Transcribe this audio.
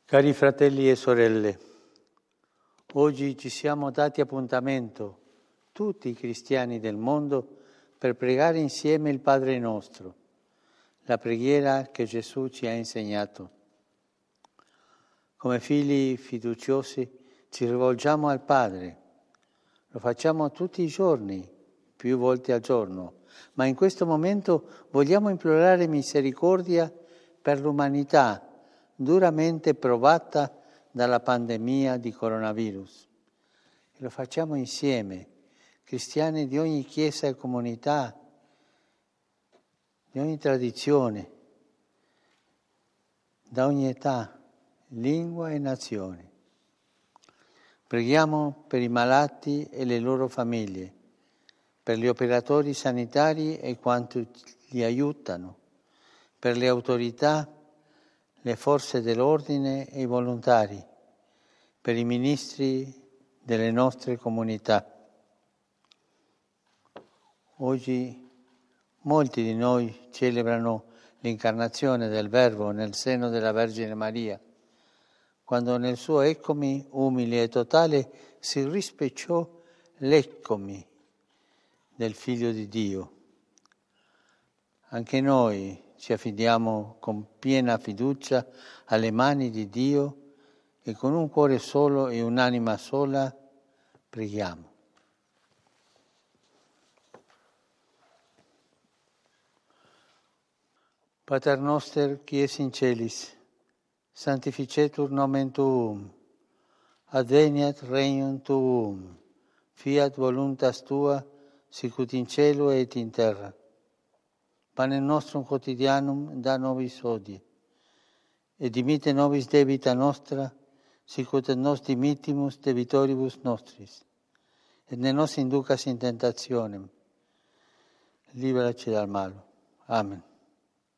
Cari fratelli e sorelle, oggi ci siamo dati appuntamento, tutti i cristiani del mondo, per pregare insieme il Padre nostro, la preghiera che Gesù ci ha insegnato. Come figli fiduciosi ci rivolgiamo al Padre, lo facciamo tutti i giorni, più volte al giorno, ma in questo momento vogliamo implorare misericordia per l'umanità, duramente provata dalla pandemia di coronavirus. E lo facciamo insieme, cristiani di ogni chiesa e comunità, di ogni tradizione, da ogni età, lingua e nazione. Preghiamo per i malati e le loro famiglie, per gli operatori sanitari e quanti li aiutano, per le autorità, le forze dell'ordine e i volontari, per i ministri delle nostre comunità. Oggi molti di noi celebrano l'incarnazione del Verbo nel seno della Vergine Maria, quando nel suo eccomi umile e totale si rispecciò l'eccomi del Figlio di Dio. Anche noi ci affidiamo con piena fiducia alle mani di Dio e con un cuore solo e un'anima sola preghiamo. Pater noster, qui es in celis, sanctificetur nomen tuum, adveniat regnum tuum, fiat voluntas tua, sicut in cielo et in terra. Panem nostrum quotidianum da nobis hodie, et dimitte nobis debita nostra, sicut et nos dimittimus debitoribus nostris, et ne nos inducas in tentationem, liberaci dal malo. Amen.